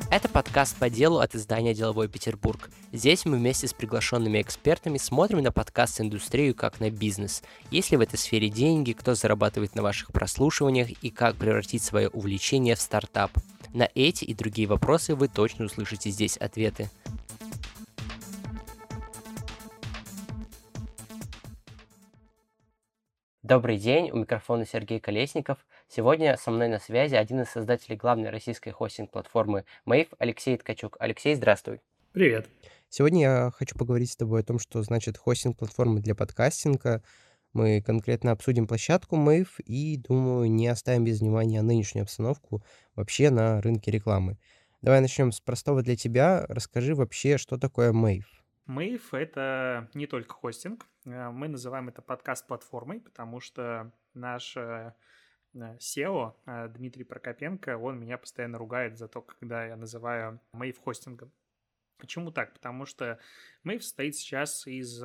Это подкаст по делу от издания «Деловой Петербург». Здесь мы вместе с приглашенными экспертами смотрим на подкаст-индустрию как на бизнес. Есть ли в этой сфере деньги, кто зарабатывает на ваших прослушиваниях и как превратить свое увлечение в стартап. На эти и другие вопросы вы точно услышите здесь ответы. Добрый день, у микрофона Сергей Колесников. Сегодня со мной на связи один из создателей главной российской хостинг-платформы Mave, Алексей Ткачук. Алексей, здравствуй. Привет. Сегодня я хочу поговорить с тобой о том, что значит хостинг-платформа для подкастинга. Мы конкретно обсудим площадку Mave и, думаю, не оставим без внимания нынешнюю обстановку вообще на рынке рекламы. Давай начнем с простого для тебя. Расскажи вообще, что такое Mave. Mave — это не только хостинг. Мы называем это подкаст-платформой, потому что наш SEO Дмитрий Прокопенко, он меня постоянно ругает за то, когда я называю Mave хостингом. Почему так? Потому что Mave состоит сейчас из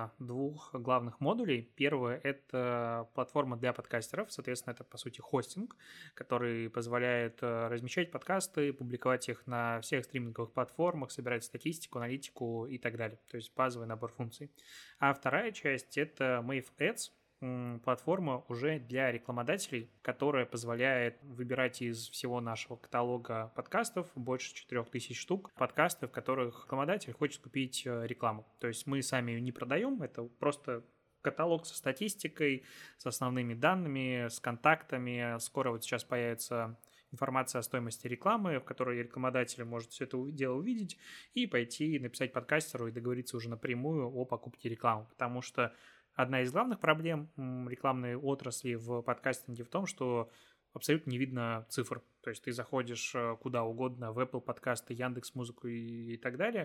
двух главных модулей. Первое — это платформа для подкастеров, соответственно, это, по сути, хостинг, который позволяет размещать подкасты, публиковать их на всех стриминговых платформах, собирать статистику, аналитику и так далее. То есть базовый набор функций. А вторая часть — это Mave Ads, платформа уже для рекламодателей, которая позволяет выбирать из всего нашего каталога подкастов, больше 4000 штук, подкасты, в которых рекламодатель хочет купить рекламу. То есть мы сами ее не продаем, это просто каталог со статистикой, с основными данными, с контактами. Скоро вот сейчас появится информация о стоимости рекламы, в которой рекламодатель может все это дело увидеть и пойти написать подкастеру и договориться уже напрямую о покупке рекламы. Потому что одна из главных проблем рекламной отрасли в подкастинге в том, что абсолютно не видно цифр. То есть ты заходишь куда угодно, в Apple подкасты, Яндекс.Музыку и так далее,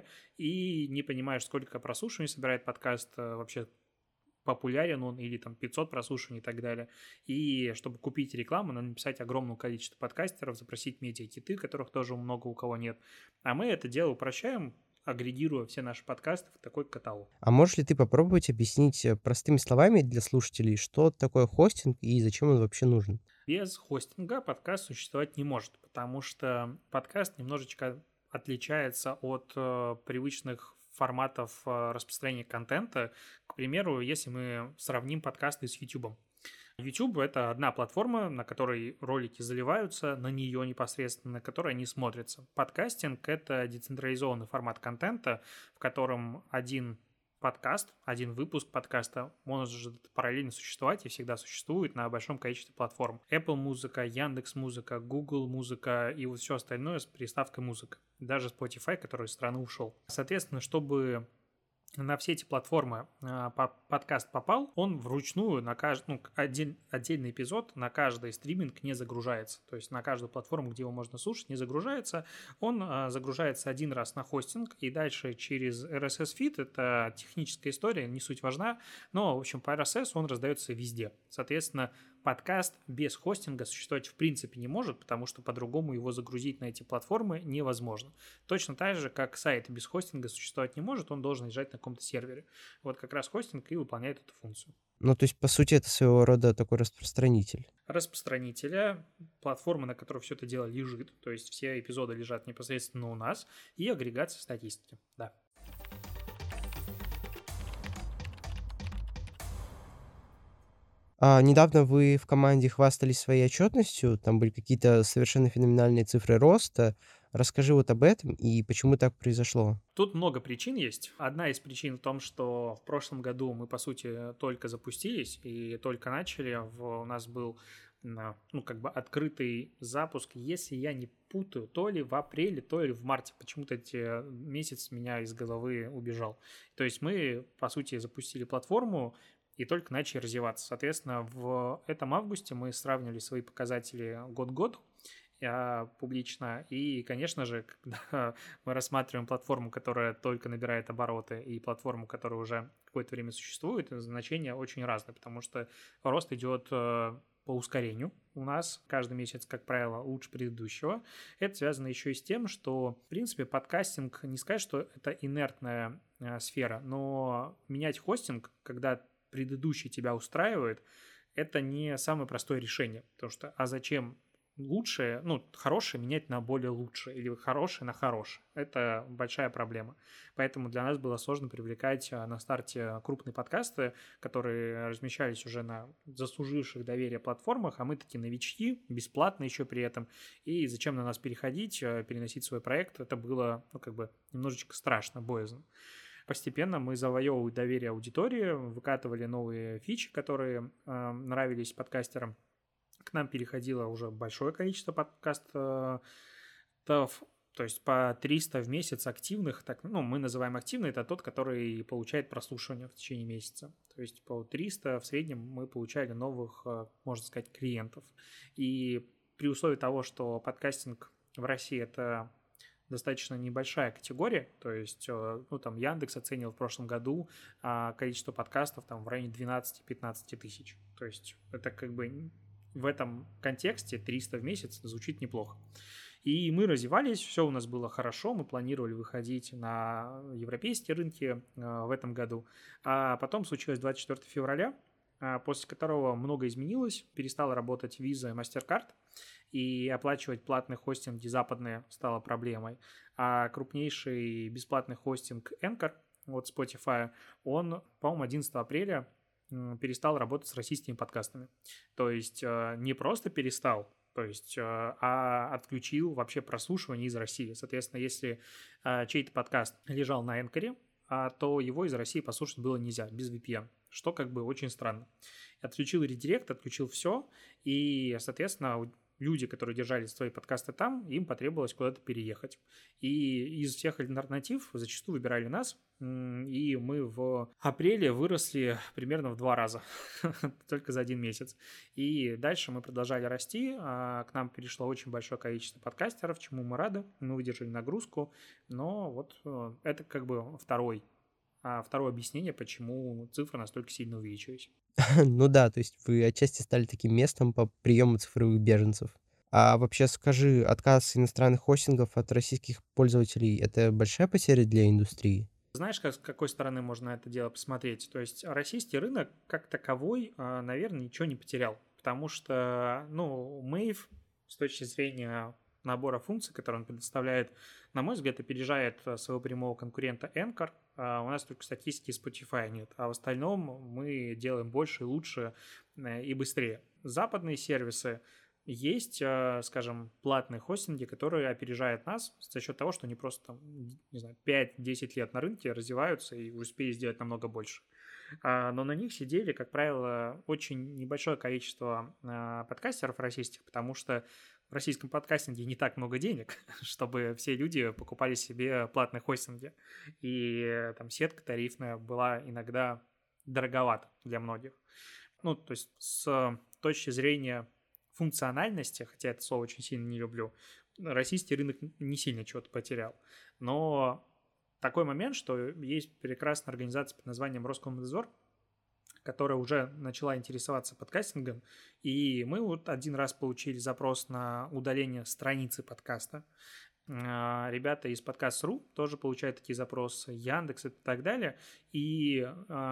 и не понимаешь, сколько прослушиваний собирает подкаст, вообще популярен он или там 500 прослушиваний и так далее. И чтобы купить рекламу, надо написать огромное количество подкастеров, запросить медиакиты, которых тоже много у кого нет. А мы это дело упрощаем, агрегируя все наши подкасты в такой каталог. А можешь ли ты попробовать объяснить простыми словами для слушателей, что такое хостинг и зачем он вообще нужен? Без хостинга подкаст существовать не может, потому что подкаст немножечко отличается от привычных форматов распространения контента. К примеру, если мы сравним подкасты с YouTube. YouTube — это одна платформа, на которой ролики заливаются, на нее непосредственно, на которой они смотрятся. Подкастинг — это децентрализованный формат контента, в котором один подкаст, один выпуск подкаста может параллельно существовать и всегда существует на большом количестве платформ. Apple музыка, Яндекс музыка, Google музыка и вот все остальное с приставкой музыка. Даже Spotify, который из страны ушел. Соответственно, чтобы на все эти платформы подкаст попал, он вручную на каждый, отдельный эпизод на каждый стриминг не загружается. То есть на каждую платформу, где его можно слушать, не загружается. Он загружается один раз на хостинг и дальше через RSS-фид. Это техническая история, не суть важна, но, в общем, по RSS он раздается везде. Соответственно, подкаст без хостинга существовать в принципе не может, потому что по-другому его загрузить на эти платформы невозможно. Точно так же, как сайт без хостинга существовать не может, он должен лежать на каком-то сервере. Вот как раз хостинг и выполняет эту функцию. Ну, то есть, по сути, это своего рода такой распространитель. Распространителя, платформа, на которой все это дело лежит, то есть все эпизоды лежат непосредственно у нас, и агрегация статистики, да. Недавно вы в команде хвастались своей отчетностью, там были какие-то совершенно феноменальные цифры роста. Расскажи вот об этом и почему так произошло. Тут много причин есть. Одна из причин в том, что в прошлом году мы, по сути, только запустились и только начали. У нас был, открытый запуск, если я не путаю, то ли в апреле, то ли в марте. Почему-то эти месяц меня из головы убежал. То есть мы, по сути, запустили платформу и только начали развиваться. Соответственно, в этом августе мы сравнивали свои показатели год к году публично. И, конечно же, когда мы рассматриваем платформу, которая только набирает обороты, и платформу, которая уже какое-то время существует, значения очень разные, потому что рост идет по ускорению. У нас каждый месяц, как правило, лучше предыдущего. Это связано еще и с тем, что, в принципе, подкастинг, не сказать, что это инертная сфера, но менять хостинг, когда предыдущий тебя устраивает, это не самое простое решение. Потому что, а зачем лучшее, хорошее менять на более лучшее или хорошее на хорошее. Это большая проблема. Поэтому для нас было сложно привлекать на старте крупные подкасты, которые размещались уже на заслуживших доверие платформах, а мы такие новички, бесплатно еще при этом. И зачем на нас переходить, переносить свой проект, это было, немножечко страшно, боязно. Постепенно мы завоевывали доверие аудитории, выкатывали новые фичи, которые нравились подкастерам. К нам переходило уже большое количество подкастов, то есть по 300 в месяц активных. Мы называем активный, это тот, который получает прослушивание в течение месяца. То есть по 300 в среднем мы получали новых, можно сказать, клиентов. И при условии того, что подкастинг в России – это достаточно небольшая категория, то есть, Яндекс оценил в прошлом году количество подкастов в районе 12-15 тысяч. То есть это в этом контексте 300 в месяц звучит неплохо. И мы развивались, все у нас было хорошо, мы планировали выходить на европейские рынки в этом году. А потом случилось 24 февраля, после которого много изменилось, перестала работать Visa и MasterCard, и оплачивать платные хостинги западные стало проблемой. А крупнейший бесплатный хостинг Anchor от Spotify, он, по-моему, 11 апреля перестал работать с российскими подкастами. То есть не просто перестал, а отключил вообще прослушивание из России. Соответственно, если чей-то подкаст лежал на Anchor, то его из России послушать было нельзя, без VPN, что очень странно. Отключил редирект, отключил все, и, соответственно, люди, которые держали свои подкасты там, им потребовалось куда-то переехать. И из всех альтернатив зачастую выбирали нас, и мы в апреле выросли примерно в 2 раза, только за 1 месяц. И дальше мы продолжали расти, к нам перешло очень большое количество подкастеров, чему мы рады, мы выдержали нагрузку, но это второе объяснение, почему цифры настолько сильно увеличились. Ну да, то есть вы отчасти стали таким местом по приему цифровых беженцев. А вообще скажи, отказ иностранных хостингов от российских пользователей — это большая потеря для индустрии? Знаешь, с какой стороны можно это дело посмотреть? То есть российский рынок как таковой, наверное, ничего не потерял, потому что, Mave с точки зрения набора функций, которые он предоставляет, на мой взгляд, опережает своего прямого конкурента Anchor. У нас только статистики Spotify нет, а в остальном мы делаем больше, лучше и быстрее. Западные сервисы есть, скажем, платные хостинги, которые опережают нас за счет того, что они просто 5-10 лет на рынке развиваются и успели сделать намного больше. Но на них сидели, как правило, очень небольшое количество подкастеров российских, потому что в российском подкастинге не так много денег, чтобы все люди покупали себе платные хостинги. И сетка тарифная была иногда дороговата для многих. То есть с точки зрения функциональности, хотя это слово очень сильно не люблю, российский рынок не сильно чего-то потерял. Но такой момент, что есть прекрасная организация под названием Роскомнадзор, которая уже начала интересоваться подкастингом, и мы 1 раз получили запрос на удаление страницы подкаста. Ребята из Podcast.ru тоже получают такие запросы, Яндекс и так далее, и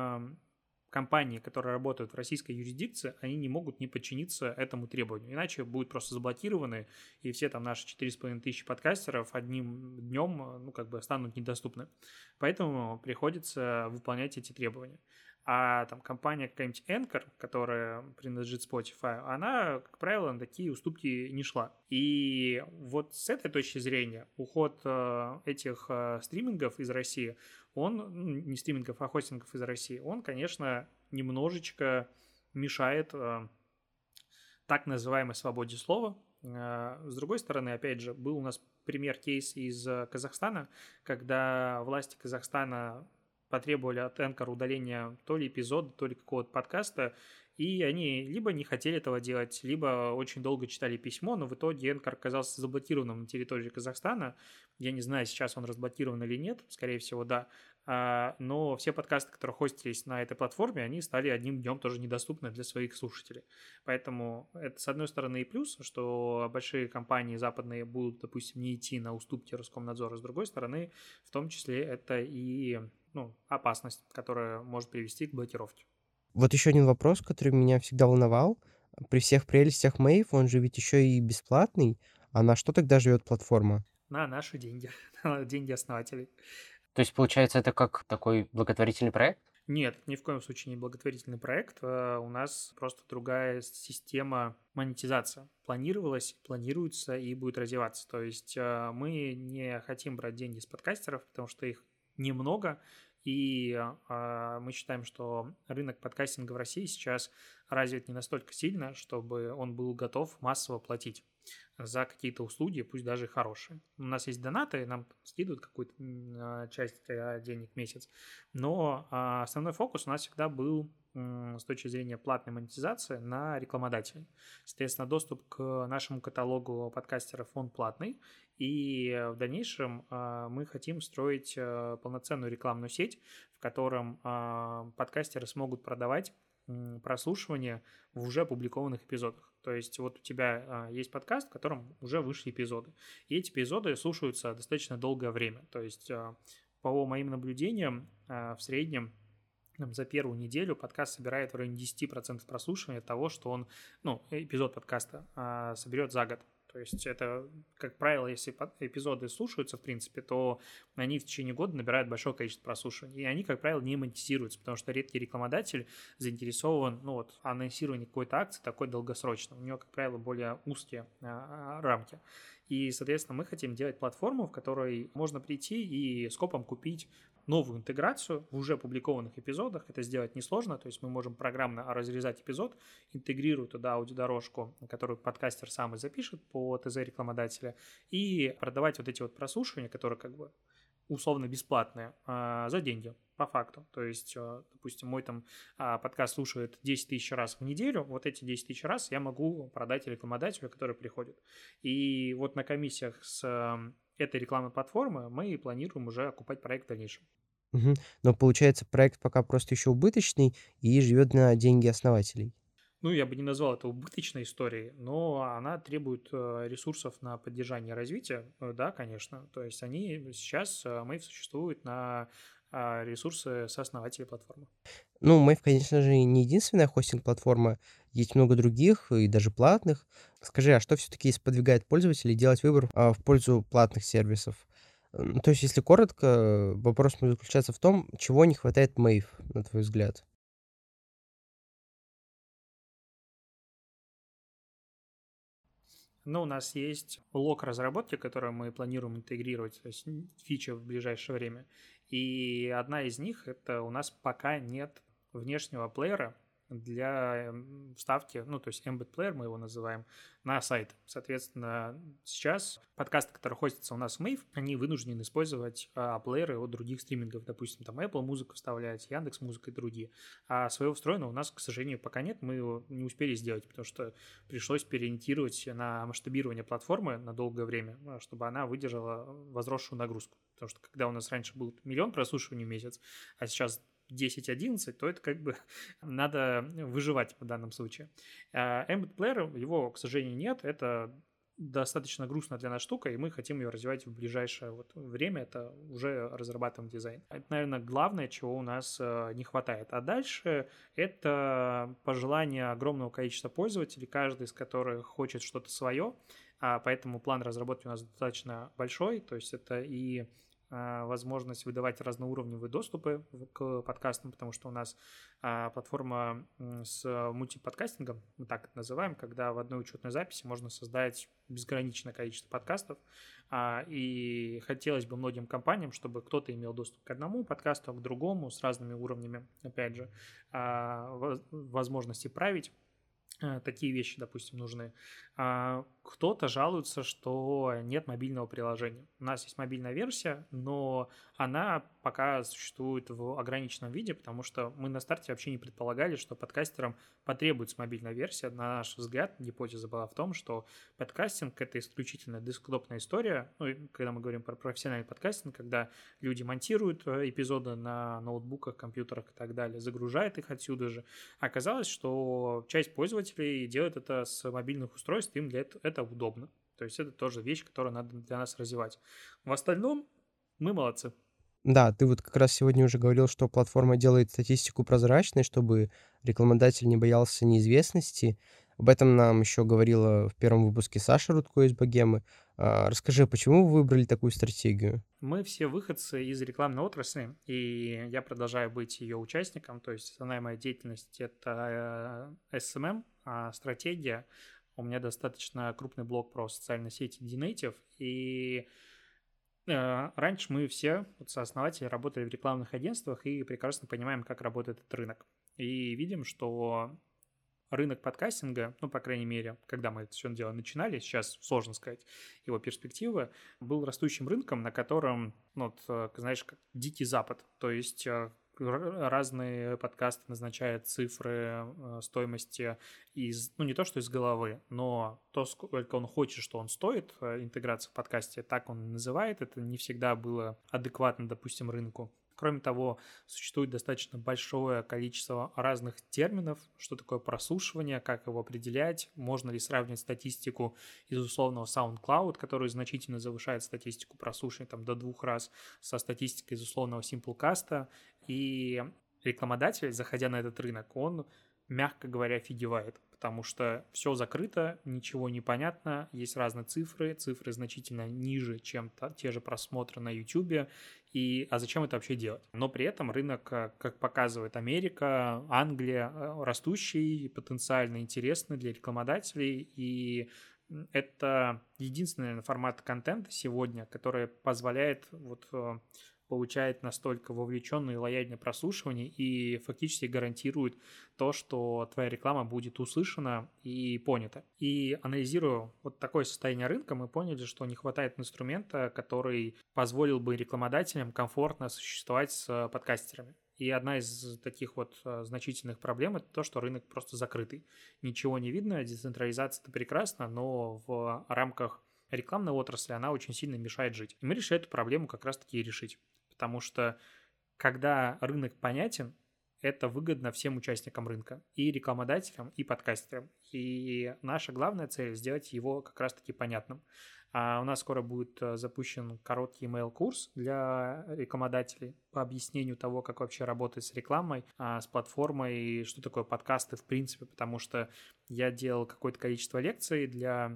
компании, которые работают в российской юрисдикции, они не могут не подчиниться этому требованию. Иначе будут просто заблокированы, и все наши 4500 подкастеров одним днем, станут недоступны. Поэтому приходится выполнять эти требования. А компания какая-нибудь Anchor, которая принадлежит Spotify, она, как правило, на такие уступки не шла. И с этой точки зрения уход этих стримингов из России, не стримингов, а хостингов из России, он, конечно, немножечко мешает так называемой свободе слова. С другой стороны, опять же, был у нас кейс из Казахстана, когда власти Казахстана потребовали от Anchor удаления то ли эпизода, то ли какого-то подкаста, и они либо не хотели этого делать, либо очень долго читали письмо, но в итоге Anchor оказался заблокированным на территории Казахстана. Я не знаю, сейчас он разблокирован или нет, скорее всего, да. Но все подкасты, которые хостились на этой платформе, они стали одним днем тоже недоступны для своих слушателей. Поэтому это, с одной стороны, и плюс, что большие компании западные будут, допустим, не идти на уступки Роскомнадзора, с другой стороны, в том числе это и опасность, которая может привести к блокировке. Вот еще один вопрос, который меня всегда волновал. При всех прелестях Мэйв он же ведь еще и бесплатный. А на что тогда живет платформа? На наши деньги, на деньги основателей. То есть, получается, это как такой благотворительный проект? Нет, ни в коем случае не благотворительный проект. У нас просто другая система монетизации. Планировалась, планируется и будет развиваться. То есть мы не хотим брать деньги с подкастеров, потому что их немного, и мы считаем, что рынок подкастинга в России сейчас развит не настолько сильно, чтобы он был готов массово платить за какие-то услуги, пусть даже и хорошие. У нас есть донаты, нам скидывают какую-то часть денег в месяц, но основной фокус у нас всегда был с точки зрения платной монетизации на рекламодателей. Соответственно, доступ к нашему каталогу подкастеров, он платный, и в дальнейшем мы хотим строить полноценную рекламную сеть, в котором подкастеры смогут продавать прослушивание в уже опубликованных эпизодах. То есть вот у тебя есть подкаст, в котором уже вышли эпизоды, и эти эпизоды слушаются достаточно долгое время. То есть по моим наблюдениям в среднем за первую неделю подкаст собирает в районе 10% прослушивания того, что он, эпизод подкаста соберет за год. То есть это, как правило, если эпизоды слушаются, в принципе, то они в течение года набирают большое количество прослушиваний. И они, как правило, не монетизируются, потому что редкий рекламодатель заинтересован, анонсировании какой-то акции такой долгосрочно. У него, как правило, более узкие рамки. И, соответственно, мы хотим делать платформу, в которой можно прийти и скопом купить новую интеграцию в уже опубликованных эпизодах. Это сделать несложно, то есть мы можем программно разрезать эпизод, интегрировать туда аудиодорожку, которую подкастер сам и запишет по ТЗ рекламодателя, и продавать вот эти вот прослушивания, которые как бы условно бесплатные, за деньги, по факту. То есть, допустим, мой там подкаст слушает 10 тысяч раз в неделю, вот эти 10 тысяч раз я могу продать рекламодателю, который приходит. И вот на комиссиях с этой рекламной платформы мы планируем уже окупать проект в дальнейшем. Мгм. Но получается, проект пока просто еще убыточный и живет на деньги основателей. Я бы не назвал это убыточной историей, но она требует ресурсов на поддержание и развитие, да, конечно. То есть они сейчас, Мэйв существует на ресурсы сооснователей платформы. Мэйв, конечно же, не единственная хостинг-платформа, есть много других и даже платных. Скажи, а что все-таки сподвигает пользователей делать выбор в пользу платных сервисов? То есть, если коротко, вопрос мой заключается в том, чего не хватает Мэйв, на твой взгляд? У нас есть блок разработки, который мы планируем интегрировать, то есть фичи в ближайшее время. И одна из них – это у нас пока нет внешнего плеера для вставки, то есть Embed Player мы его называем, на сайт. Соответственно, сейчас подкасты, которые хостятся у нас в Мэйв, они вынуждены использовать плееры от других стримингов, допустим, там Apple музыку вставлять, Яндекс.Музыка и другие. А своего встроенного у нас, к сожалению, пока нет, мы его не успели сделать, потому что пришлось переориентировать на масштабирование платформы на долгое время, чтобы она выдержала возросшую нагрузку. Потому что когда у нас раньше был 1 миллион прослушиваний в месяц, а сейчас 10-11, то это как бы надо выживать в данном случае. Embed Player, его, к сожалению, нет. Это достаточно грустно для нас штука, и мы хотим ее развивать в ближайшее время. Это уже разрабатываем дизайн. Это, наверное, главное, чего у нас не хватает. А дальше это пожелание огромного количества пользователей, каждый из которых хочет что-то свое. Поэтому план разработки у нас достаточно большой. То есть это и возможность выдавать разноуровневые доступы к подкастам, потому что у нас платформа с мультиподкастингом, мы так это называем, когда в одной учетной записи можно создать безграничное количество подкастов, и хотелось бы многим компаниям, чтобы кто-то имел доступ к одному подкасту, а к другому с разными уровнями, опять же, возможности править. Такие вещи, допустим, нужны. Кто-то жалуется, что нет мобильного приложения. У нас есть мобильная версия, но она пока существует в ограниченном виде, потому что мы на старте вообще не предполагали, что подкастерам потребуется мобильная версия. На наш взгляд, гипотеза была в том, что подкастинг – это исключительно десктопная история. Когда мы говорим про профессиональный подкастинг, когда люди монтируют эпизоды на ноутбуках, компьютерах и так далее, загружают их отсюда же. Оказалось, что часть пользователей делает это с мобильных устройств, им для этого это удобно. То есть это тоже вещь, которую надо для нас развивать. В остальном мы молодцы. Да, ты вот как раз сегодня уже говорил, что платформа делает статистику прозрачной, чтобы рекламодатель не боялся неизвестности. Об этом нам еще говорила в первом выпуске Саша Рудко из Богемы. Расскажи, почему вы выбрали такую стратегию? Мы все выходцы из рекламной отрасли, и я продолжаю быть ее участником. То есть основная моя деятельность — это SMM, стратегия. У меня достаточно крупный блог про социальные сети DNative, и раньше мы все, вот сооснователи, работали в рекламных агентствах и прекрасно понимаем, как работает этот рынок. И видим, что рынок подкастинга, ну, по крайней мере, когда мы это все дело начинали, сейчас сложно сказать его перспективы, был растущим рынком, на котором, ну, вот, знаешь, как Дикий Запад, то есть разные подкасты назначают цифры стоимости из, ну, не то что из головы, но то, сколько он хочет, что он стоит, интеграция в подкасте, так он называет, это не всегда было адекватно, допустим, рынку. Кроме того, существует достаточно большое количество разных терминов, что такое прослушивание, как его определять, можно ли сравнивать статистику из условного SoundCloud, который значительно завышает статистику прослушивания там, до 2 раз, со статистикой из условного Simplecast, и рекламодатель, заходя на этот рынок, он, мягко говоря, офигевает, потому что все закрыто, ничего не понятно, есть разные цифры значительно ниже, чем те же просмотры на YouTube, а зачем это вообще делать? Но при этом рынок, как показывает Америка, Англия, растущий, потенциально интересный для рекламодателей, и это единственный, наверное, формат контента сегодня, который позволяет получает настолько вовлеченное и лояльное прослушивание и фактически гарантирует то, что твоя реклама будет услышана и понята. И анализируя вот такое состояние рынка, мы поняли, что не хватает инструмента, который позволил бы рекламодателям комфортно существовать с подкастерами. И одна из таких вот значительных проблем — это то, что рынок просто закрытый. Ничего не видно, децентрализация — это прекрасно, но в рамках рекламной отрасли она очень сильно мешает жить. И мы решили эту проблему как раз-таки и решить. Потому что когда рынок понятен, это выгодно всем участникам рынка, и рекламодателям, и подкастерам. И наша главная цель — сделать его как раз-таки понятным. У нас скоро будет запущен короткий email-курс для рекламодателей по объяснению того, как вообще работать с рекламой, с платформой, что такое подкасты в принципе, потому что я делал какое-то количество лекций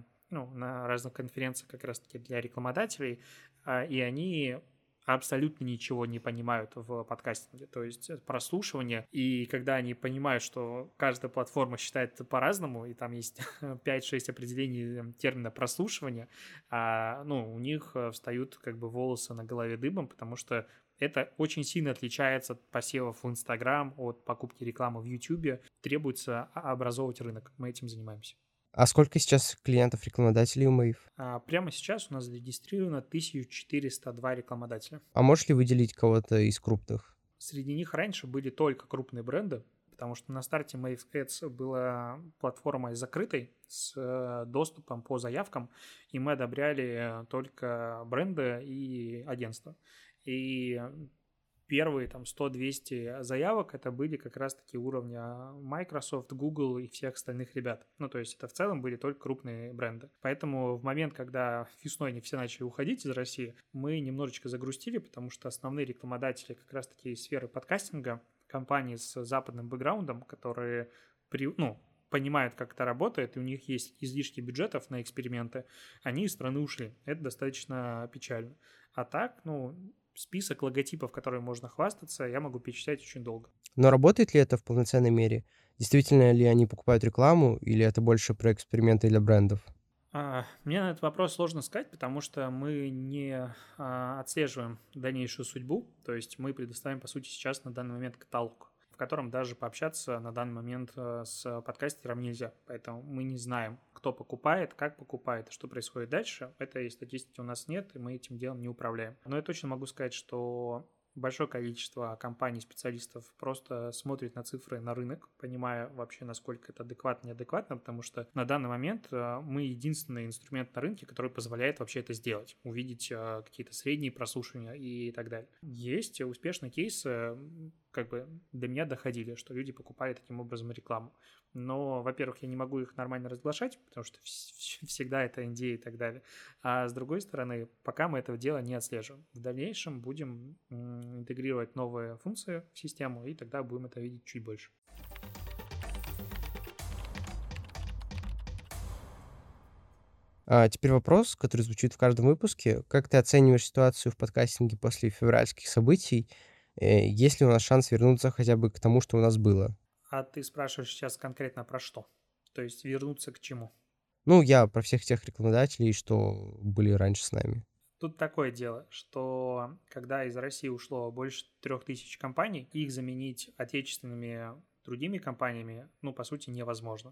на разных конференциях как раз-таки для рекламодателей, и они абсолютно ничего не понимают в подкастинге, то есть прослушивание, и когда они понимают, что каждая платформа считает это по-разному, и там есть 5-6 определений термина прослушивания, у них встают как бы волосы на голове дыбом, потому что это очень сильно отличается от посевов в Instagram, от покупки рекламы в YouTube, требуется образовывать рынок, мы этим занимаемся. А сколько сейчас клиентов-рекламодателей у Мэйв? Прямо сейчас у нас зарегистрировано 1402 рекламодателя. А можешь ли выделить кого-то из крупных? Среди них раньше были только крупные бренды, потому что на старте Mave Ads была платформой закрытой с доступом по заявкам, и мы одобряли только бренды и агентства. И первые там 100-200 заявок это были как раз-таки уровня Microsoft, Google и всех остальных ребят. Ну, то есть это в целом были только крупные бренды. Поэтому в момент, когда весной они все начали уходить из России, мы немножечко загрустили, потому что основные рекламодатели как раз-таки из сферы подкастинга, компании с западным бэкграундом, которые понимают, как это работает, и у них есть излишки бюджетов на эксперименты, они из страны ушли. Это достаточно печально. А так, список логотипов, которые можно хвастаться, я могу перечислять очень долго. Но работает ли это в полноценной мере? Действительно ли они покупают рекламу, или это больше про эксперименты для брендов? Мне на этот вопрос сложно сказать, потому что мы не отслеживаем дальнейшую судьбу, то есть мы предоставим, по сути, сейчас на данный момент каталог, в котором даже пообщаться на данный момент с подкастером нельзя, поэтому мы не знаем, кто покупает, как покупает, что происходит дальше. Этой статистики у нас нет, и мы этим делом не управляем. Но я точно могу сказать, что большое количество компаний, специалистов просто смотрит на цифры, на рынок, понимая вообще, насколько это адекватно, неадекватно, потому что на данный момент мы единственный инструмент на рынке, который позволяет вообще это сделать, увидеть какие-то средние прослушивания и так далее. Есть успешные кейсы, как бы до меня доходили, что люди покупали таким образом рекламу. Но, во-первых, я не могу их нормально разглашать, потому что всегда это NDA и так далее. А с другой стороны, пока мы этого дела не отслеживаем. В дальнейшем будем интегрировать новые функции в систему, и тогда будем это видеть чуть больше. Теперь вопрос, который звучит в каждом выпуске. Как ты оцениваешь ситуацию в подкастинге после февральских событий? Есть ли у нас шанс вернуться хотя бы к тому, что у нас было? А ты спрашиваешь сейчас конкретно про что? То есть вернуться к чему? Ну, я про всех тех рекламодателей, что были раньше с нами. Тут такое дело, что когда из России ушло больше 3000 компаний, их заменить отечественными другими компаниями, ну, по сути, невозможно.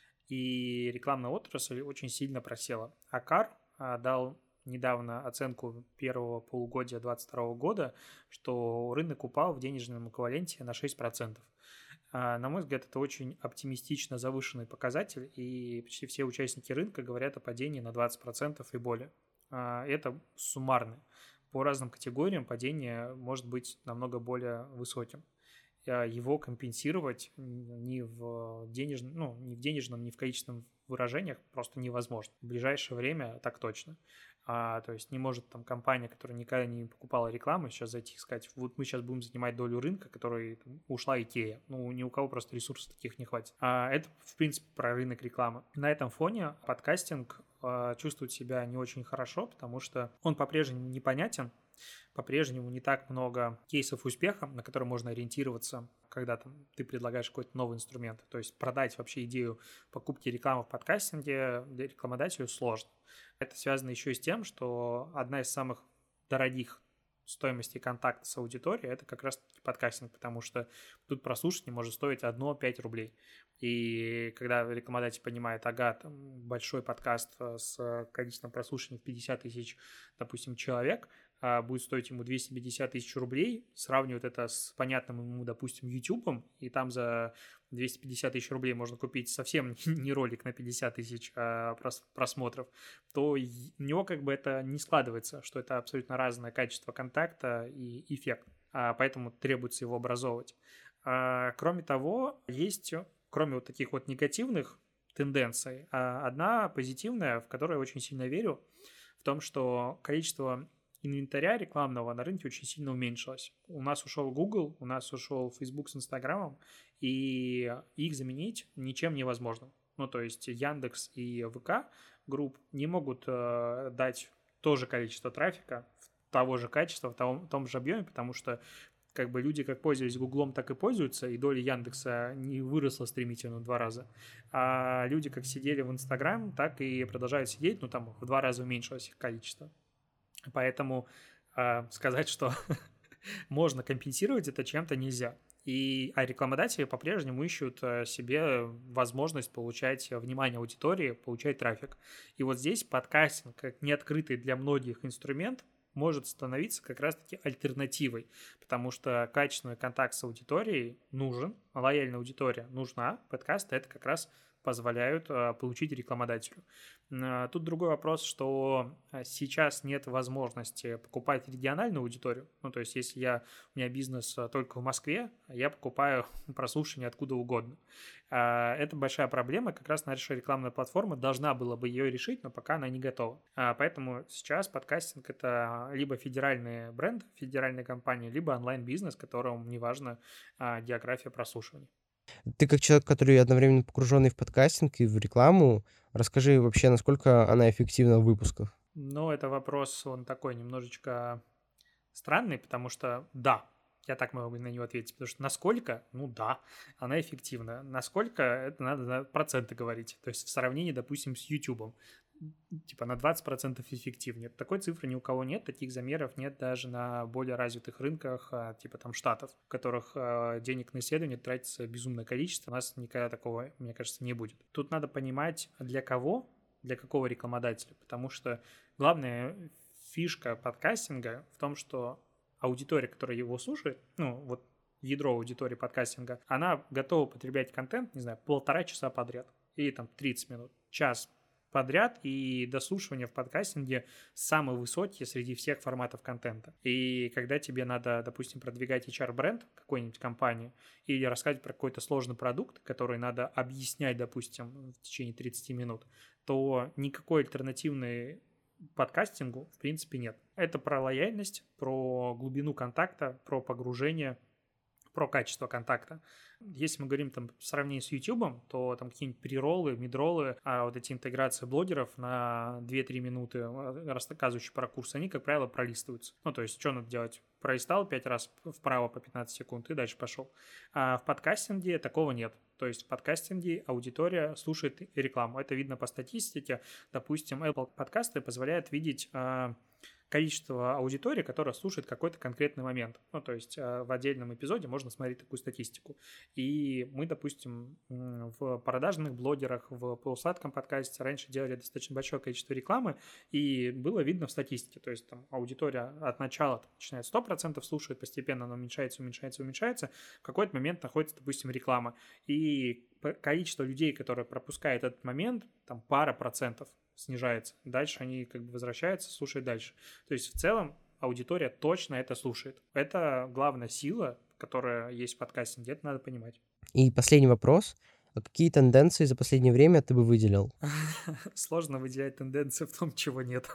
И рекламная отрасль очень сильно просела. Акар дал недавно оценку первого полугодия 2022 года, что рынок упал в денежном эквиваленте на 6%. На мой взгляд, это очень оптимистично завышенный показатель, и почти все участники рынка говорят о падении на 20% и более. Это суммарно. По разным категориям падение может быть намного более высоким. Его компенсировать ни в денежном, ну, ни в денежном, ни в количественном выражениях просто невозможно. В ближайшее время так точно. То есть не может там компания, которая никогда не покупала рекламу, сейчас зайти и сказать, вот мы сейчас будем занимать долю рынка, который там, ушла Икея. Ну, ни у кого просто ресурсов таких не хватит. Это, в принципе, про рынок рекламы. На этом фоне подкастинг чувствует себя не очень хорошо, потому что он по-прежнему непонятен, по-прежнему не так много кейсов успеха, на которые можно ориентироваться, когда там, ты предлагаешь какой-то новый инструмент. То есть продать вообще идею покупки рекламы в подкастинге для рекламодателю сложно. Это связано еще и с тем, что одна из самых дорогих стоимости контакта с аудиторией – это как раз подкастинг, потому что тут прослушивание может стоить 1-5 рублей. И когда рекламодатель понимает, ага, там большой подкаст с количеством прослушиваний в 50 тысяч, допустим, человек, будет стоить ему 250 тысяч рублей, сравнивает это с понятным ему, допустим, YouTube, и там за 250 тысяч рублей можно купить совсем не ролик на 50 тысяч просмотров, то у него как бы это не складывается, что это абсолютно разное качество контакта и эффект, поэтому требуется его образовывать. Кроме того, есть, кроме вот таких вот негативных тенденций, одна позитивная, в которую я очень сильно верю, в том, что количество инвентаря рекламного на рынке очень сильно уменьшилось. У нас ушел Google, у нас ушел Facebook с Инстаграмом, и их заменить ничем невозможно. Ну, то есть Яндекс и ВК групп не могут дать то же количество трафика, того же качества, в том же объеме, потому что как бы люди как пользовались Гуглом, так и пользуются, и доля Яндекса не выросла стремительно в 2 раза. А люди как сидели в Инстаграм, так и продолжают сидеть, ну, там в 2 раза уменьшилось их количество. Поэтому сказать, что можно компенсировать это чем-то нельзя. А рекламодатели по-прежнему ищут себе возможность получать внимание аудитории, получать трафик. И вот здесь подкастинг, как неоткрытый для многих инструмент, может становиться как раз-таки альтернативой, потому что качественный контакт с аудиторией нужен, лояльная аудитория нужна, подкасты это как раз позволяют получить рекламодателю. Тут другой вопрос, что сейчас нет возможности покупать региональную аудиторию. Ну, то есть, если у меня бизнес только в Москве, я покупаю прослушивание откуда угодно. Это большая проблема, как раз наша рекламная платформа должна была бы ее решить, но пока она не готова. Поэтому сейчас подкастинг – это либо федеральный бренд, федеральная компания, либо онлайн-бизнес, которому не важна география прослушивания. Ты как человек, который одновременно погруженный в подкастинг и в рекламу, расскажи вообще, насколько она эффективна в выпусках? Ну, это вопрос, он такой немножечко странный, потому что да, я так могу на него ответить, потому что насколько, ну да, она эффективна. Насколько, это надо на проценты говорить. То есть в сравнении, допустим, с YouTube. Типа на 20% эффективнее. Такой цифры ни у кого нет, таких замеров нет даже на более развитых рынках, типа там Штатов, в которых денег на исследование тратится безумное количество. У нас никогда такого, мне кажется, не будет. Тут надо понимать, для кого, для какого рекламодателя, потому что главная фишка подкастинга в том, что аудитория, которая его слушает, ну вот ядро аудитории подкастинга, она готова потреблять контент, не знаю, 1,5 часа подряд, или там 30 минут, час подряд, и дослушивание в подкастинге самые высокие среди всех форматов контента. И когда тебе надо, допустим, продвигать HR-бренд какой-нибудь компании или рассказывать про какой-то сложный продукт, который надо объяснять, допустим, в течение 30 минут, то никакой альтернативной подкастингу в принципе нет. Это про лояльность, про глубину контакта, про погружение, про качество контакта. Если мы говорим там в сравнении с YouTube, то там какие-нибудь прероллы, мидроллы, а вот эти интеграции блогеров на 2-3 минуты, рассказывающие про курс, они, как правило, пролистываются. Ну, то есть, что надо делать? Пролистал 5 раз вправо по 15 секунд и дальше пошел. А в подкастинге такого нет. То есть в подкастинге аудитория слушает рекламу. Это видно по статистике. Допустим, Apple подкасты позволяют видеть количество аудитории, которая слушает какой-то конкретный момент. Ну, то есть в отдельном эпизоде можно смотреть такую статистику. И мы, допустим, в продажных блогерах, в полусладком подкасте раньше делали достаточно большое количество рекламы, и было видно в статистике. То есть там аудитория от начала начинает 100% слушает, постепенно она уменьшается. В какой-то момент находится, допустим, реклама. И количество людей, которые пропускают этот момент, там пара процентов снижается. Дальше они как бы возвращаются, слушают дальше. То есть в целом аудитория точно это слушает. Это главная сила, которая есть в подкастинге, это надо понимать. И последний вопрос. А какие тенденции за последнее время ты бы выделил? Сложно выделять тенденции в том, чего нет.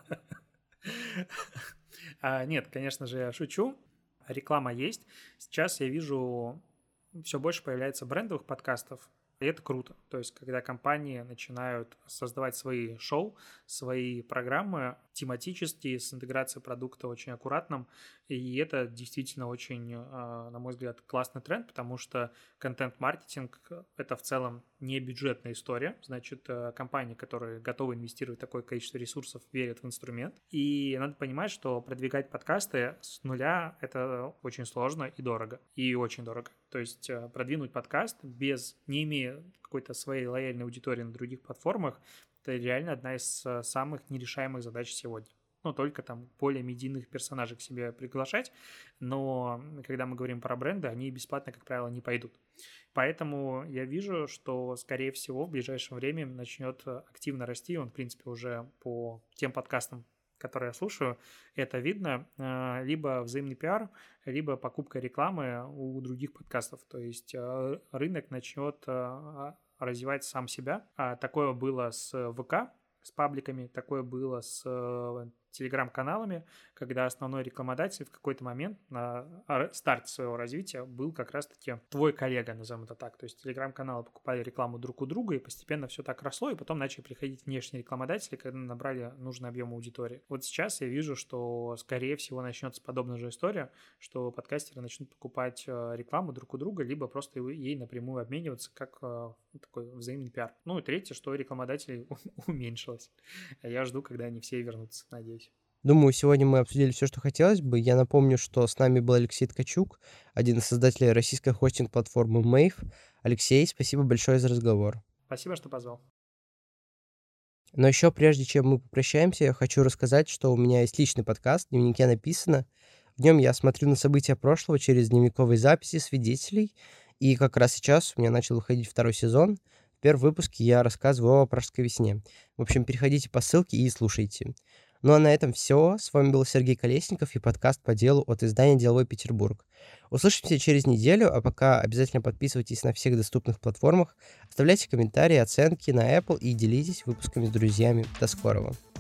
Нет, конечно же, я шучу. Реклама есть. Сейчас я вижу, все больше появляется брендовых подкастов. И это круто. То есть, когда компании начинают создавать свои шоу, свои программы тематические, с интеграцией продукта очень аккуратным. И это действительно очень, на мой взгляд, классный тренд, потому что контент-маркетинг – это в целом не бюджетная история. Значит, компании, которые готовы инвестировать такое количество ресурсов, верят в инструмент. И надо понимать, что продвигать подкасты с нуля – это очень сложно и дорого. И очень дорого. То есть продвинуть подкаст не имея какой-то своей лояльной аудитории на других платформах, это реально одна из самых нерешаемых задач сегодня. Ну, только там более медийных персонажей к себе приглашать, но когда мы говорим про бренды, они бесплатно, как правило, не пойдут. Поэтому я вижу, что, скорее всего, в ближайшее время начнет активно расти. Он, в принципе, уже по тем подкастам, которые я слушаю, это видно, либо взаимный пиар, либо покупка рекламы у других подкастов. То есть рынок начнет развивать сам себя. Такое было с ВК, с пабликами, такое было с телеграм-каналами, когда основной рекламодатель в какой-то момент на старте своего развития был как раз-таки твой коллега, назовем это так. То есть телеграм-каналы покупали рекламу друг у друга, и постепенно все так росло, и потом начали приходить внешние рекламодатели, когда набрали нужный объем аудитории. Вот сейчас я вижу, что, скорее всего, начнется подобная же история, что подкастеры начнут покупать рекламу друг у друга, либо просто ей напрямую обмениваться, как такой взаимный пиар. Ну и третье, что рекламодателей уменьшилось. Я жду, когда они все вернутся, надеюсь. Думаю, сегодня мы обсудили все, что хотелось бы. Я напомню, что с нами был Алексей Ткачук, один из создателей российской хостинг-платформы Mave. Алексей, спасибо большое за разговор. Спасибо, что позвал. Но еще прежде чем мы попрощаемся, я хочу рассказать, что у меня есть личный подкаст «В дневнике написано». В нем я смотрю на события прошлого через дневниковые записи свидетелей. И как раз сейчас у меня начал выходить 2-й сезон. В первом выпуске я рассказываю о Пражской весне. В общем, переходите по ссылке и слушайте. Ну а на этом все. С вами был Сергей Колесников и подкаст по делу от издания «Деловой Петербург». Услышимся через неделю, а пока обязательно подписывайтесь на всех доступных платформах, оставляйте комментарии, оценки на Apple и делитесь выпусками с друзьями. До скорого.